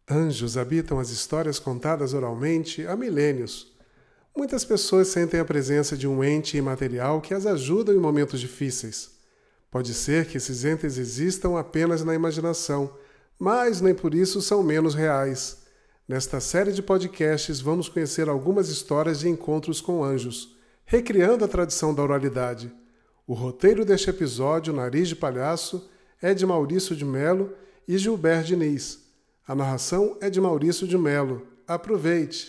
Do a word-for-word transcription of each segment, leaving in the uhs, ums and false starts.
Anjos habitam as histórias contadas oralmente há milênios. Muitas pessoas sentem a presença de um ente imaterial que as ajuda em momentos difíceis. Pode ser que esses entes existam apenas na imaginação, mas nem por isso são menos reais. Nesta série de podcasts vamos conhecer algumas histórias de encontros com anjos, recriando a tradição da oralidade. O roteiro deste episódio, Nariz de Palhaço, é de Maurício de Mello e Gilberto Diniz. A narração é de Maurício de Mello. Aproveite!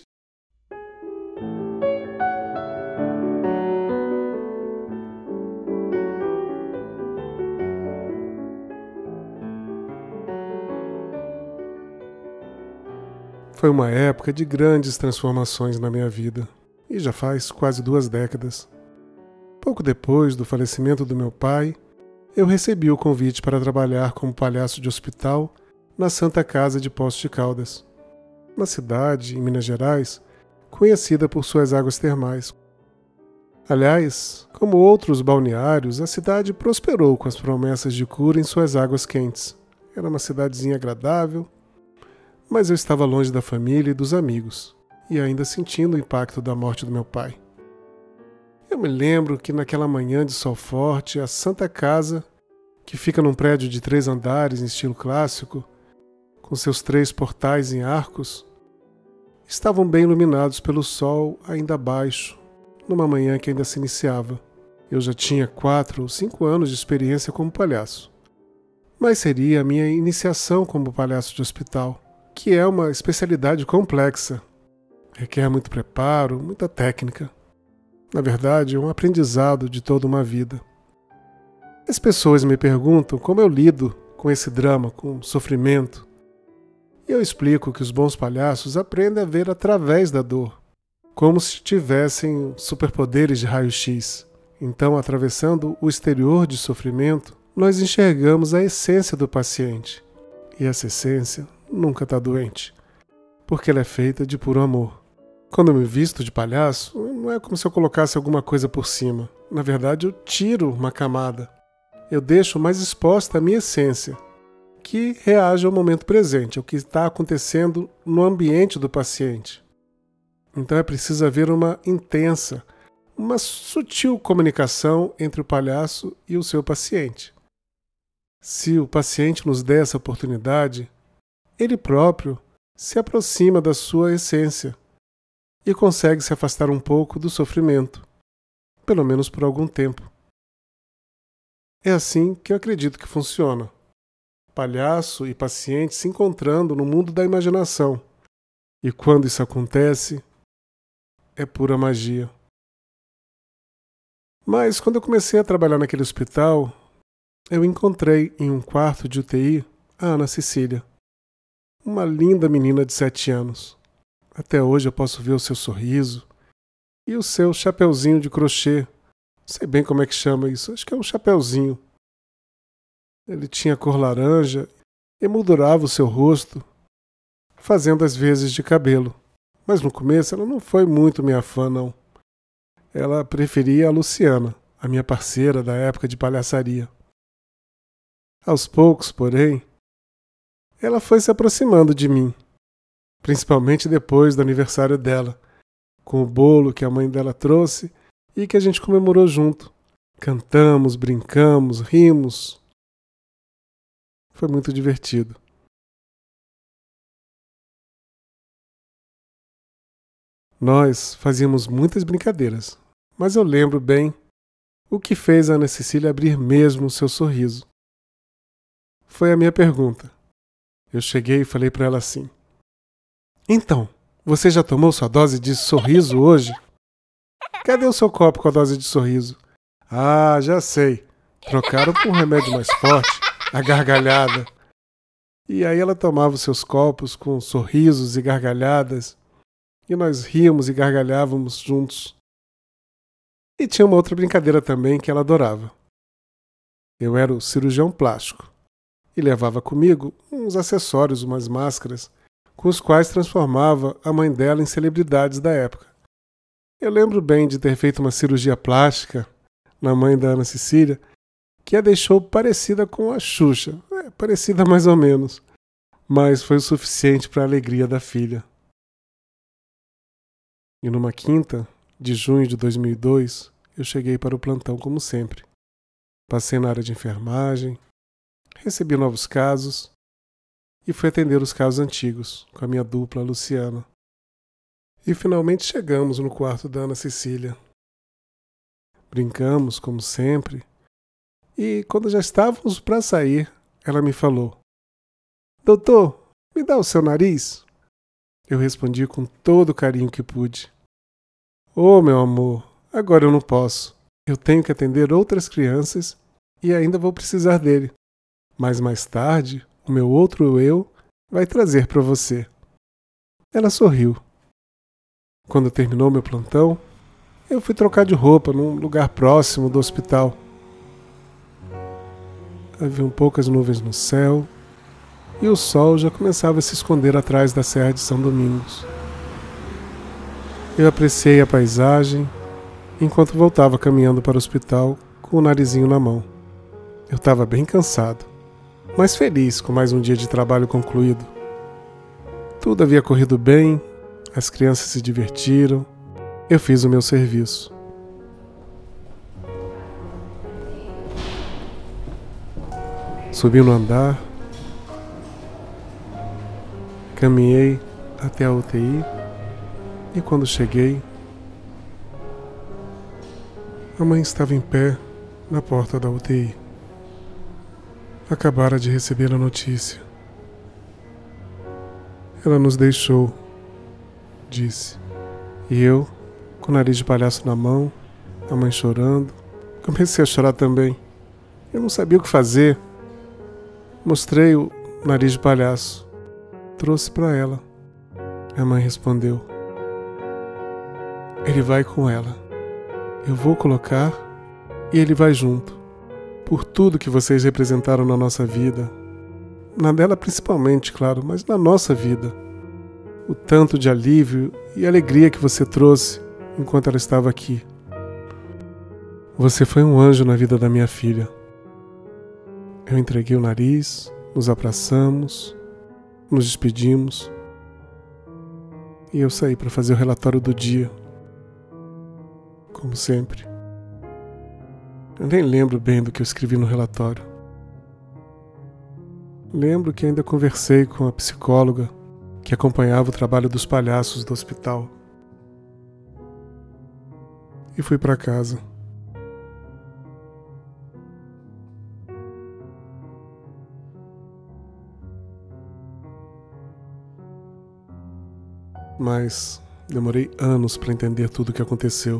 Foi uma época de grandes transformações na minha vida, e já faz quase duas décadas. Pouco depois do falecimento do meu pai, eu recebi o convite para trabalhar como palhaço de hospital na Santa Casa de Poços de Caldas, uma cidade, em Minas Gerais, conhecida por suas águas termais. Aliás, como outros balneários, a cidade prosperou com as promessas de cura em suas águas quentes. Era uma cidadezinha agradável, mas eu estava longe da família e dos amigos, e ainda sentindo o impacto da morte do meu pai. Eu me lembro que naquela manhã de sol forte, a Santa Casa, que fica num prédio de três andares em estilo clássico, com seus três portais em arcos, estavam bem iluminados pelo sol ainda baixo, numa manhã que ainda se iniciava. Eu já tinha quatro ou cinco anos de experiência como palhaço, mas seria a minha iniciação como palhaço de hospital, que é uma especialidade complexa, requer muito preparo, muita técnica. Na verdade, é um aprendizado de toda uma vida. As pessoas me perguntam como eu lido com esse drama, com sofrimento. E eu explico que os bons palhaços aprendem a ver através da dor, como se tivessem superpoderes de raio-x. Então, atravessando o exterior de sofrimento, nós enxergamos a essência do paciente. E essa essência nunca está doente, porque ela é feita de puro amor. Quando eu me visto de palhaço, não é como se eu colocasse alguma coisa por cima. Na verdade, eu tiro uma camada. Eu deixo mais exposta a minha essência, que reage ao momento presente, ao que está acontecendo no ambiente do paciente. Então é preciso haver uma intensa, uma sutil comunicação entre o palhaço e o seu paciente. Se o paciente nos der essa oportunidade, ele próprio se aproxima da sua essência e consegue se afastar um pouco do sofrimento, pelo menos por algum tempo. É assim que eu acredito que funciona. Palhaço e paciente se encontrando no mundo da imaginação. E quando isso acontece, é pura magia. Mas quando eu comecei a trabalhar naquele hospital, eu encontrei em um quarto de U T I a Ana Cecília, uma linda menina de sete anos. Até hoje eu posso ver o seu sorriso e o seu chapeuzinho de crochê. Não sei bem como é que chama isso, acho que é um chapeuzinho. Ele tinha cor laranja, emoldurava o seu rosto, fazendo as vezes de cabelo. Mas no começo ela não foi muito minha fã, não. Ela preferia a Luciana, a minha parceira da época de palhaçaria. Aos poucos, porém, ela foi se aproximando de mim, principalmente depois do aniversário dela, com o bolo que a mãe dela trouxe e que a gente comemorou junto. Cantamos, brincamos, rimos. Foi muito divertido. Nós fazíamos muitas brincadeiras, mas eu lembro bem o que fez a Ana Cecília abrir mesmo o seu sorriso. Foi a minha pergunta. Eu cheguei e falei para ela assim: então, você já tomou sua dose de sorriso hoje? Cadê o seu copo com a dose de sorriso? Ah, já sei. Trocaram por um remédio mais forte, a gargalhada. E aí ela tomava os seus copos com sorrisos e gargalhadas, e nós ríamos e gargalhávamos juntos. E tinha uma outra brincadeira também que ela adorava. Eu era o cirurgião plástico, e levava comigo uns acessórios, umas máscaras, com os quais transformava a mãe dela em celebridades da época. Eu lembro bem de ter feito uma cirurgia plástica na mãe da Ana Cecília, que a deixou parecida com a Xuxa, é, parecida mais ou menos. mas foi o suficiente para a alegria da filha. E numa quinta de junho de dois mil e dois, eu cheguei para o plantão como sempre. Passei na área de enfermagem, recebi novos casos e fui atender os casos antigos com a minha dupla Luciana. E finalmente chegamos no quarto da Ana Cecília. Brincamos, como sempre, e quando já estávamos para sair, ela me falou: "Doutor, me dá o seu nariz?" Eu respondi com todo o carinho que pude: "Ô, meu amor, agora eu não posso. Eu tenho que atender outras crianças e ainda vou precisar dele. Mas mais tarde, o meu outro eu vai trazer para você." Ela sorriu. Quando terminou meu plantão, eu fui trocar de roupa num lugar próximo do hospital. Haviam poucas nuvens no céu e o sol já começava a se esconder atrás da Serra de São Domingos. Eu apreciei a paisagem enquanto voltava caminhando para o hospital com o narizinho na mão. Eu estava bem cansado, mas feliz com mais um dia de trabalho concluído. Tudo havia corrido bem, as crianças se divertiram, eu fiz o meu serviço. Subi no andar, caminhei até a U T I e quando cheguei, a mãe estava em pé na porta da U T I. Acabara de receber a notícia. "Ela nos deixou", disse. E eu, com o nariz de palhaço na mão, a mãe chorando, comecei a chorar também. Eu não sabia o que fazer. Mostrei o nariz de palhaço. Trouxe para ela. A mãe respondeu: "Ele vai com ela. Eu vou colocar e ele vai junto. Por tudo que vocês representaram na nossa vida. Na dela principalmente, claro, mas na nossa vida. O tanto de alívio e alegria que você trouxe enquanto ela estava aqui. Você foi um anjo na vida da minha filha." Eu entreguei o nariz, nos abraçamos, nos despedimos e eu saí para fazer o relatório do dia. Como sempre. Eu nem lembro bem do que eu escrevi no relatório. Lembro que ainda conversei com a psicóloga que acompanhava o trabalho dos palhaços do hospital. E fui para casa. Mas demorei anos para entender tudo o que aconteceu.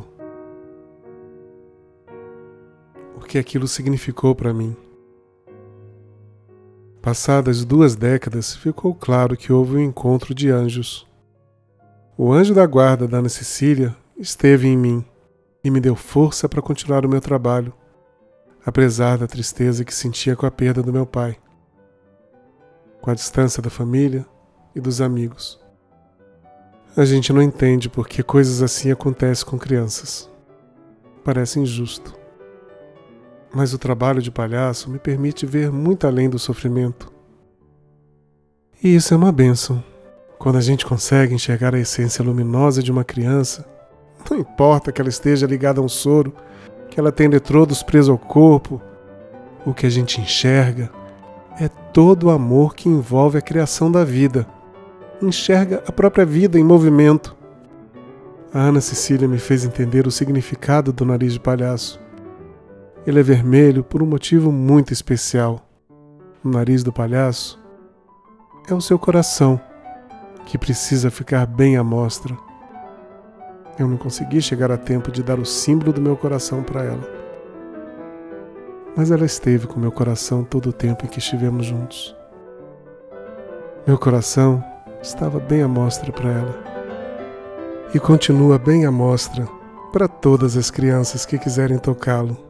O que aquilo significou para mim. Passadas duas décadas, ficou claro que houve um encontro de anjos. O anjo da guarda da Ana Cecília esteve em mim e me deu força para continuar o meu trabalho, apesar da tristeza que sentia com a perda do meu pai, com a distância da família e dos amigos. A gente não entende por que coisas assim acontecem com crianças. Parece injusto. Mas o trabalho de palhaço me permite ver muito além do sofrimento. E isso é uma bênção. Quando a gente consegue enxergar a essência luminosa de uma criança, não importa que ela esteja ligada a um soro, que ela tenha eletrodos presos ao corpo, o que a gente enxerga é todo o amor que envolve a criação da vida. Enxerga a própria vida em movimento. A Ana Cecília me fez entender o significado do nariz de palhaço. Ele é vermelho por um motivo muito especial. O nariz do palhaço é o seu coração, que precisa ficar bem à mostra. Eu não consegui chegar a tempo de dar o símbolo do meu coração para ela. Mas ela esteve com meu coração todo o tempo em que estivemos juntos. Meu coração estava bem à mostra para ela. E continua bem à mostra para todas as crianças que quiserem tocá-lo.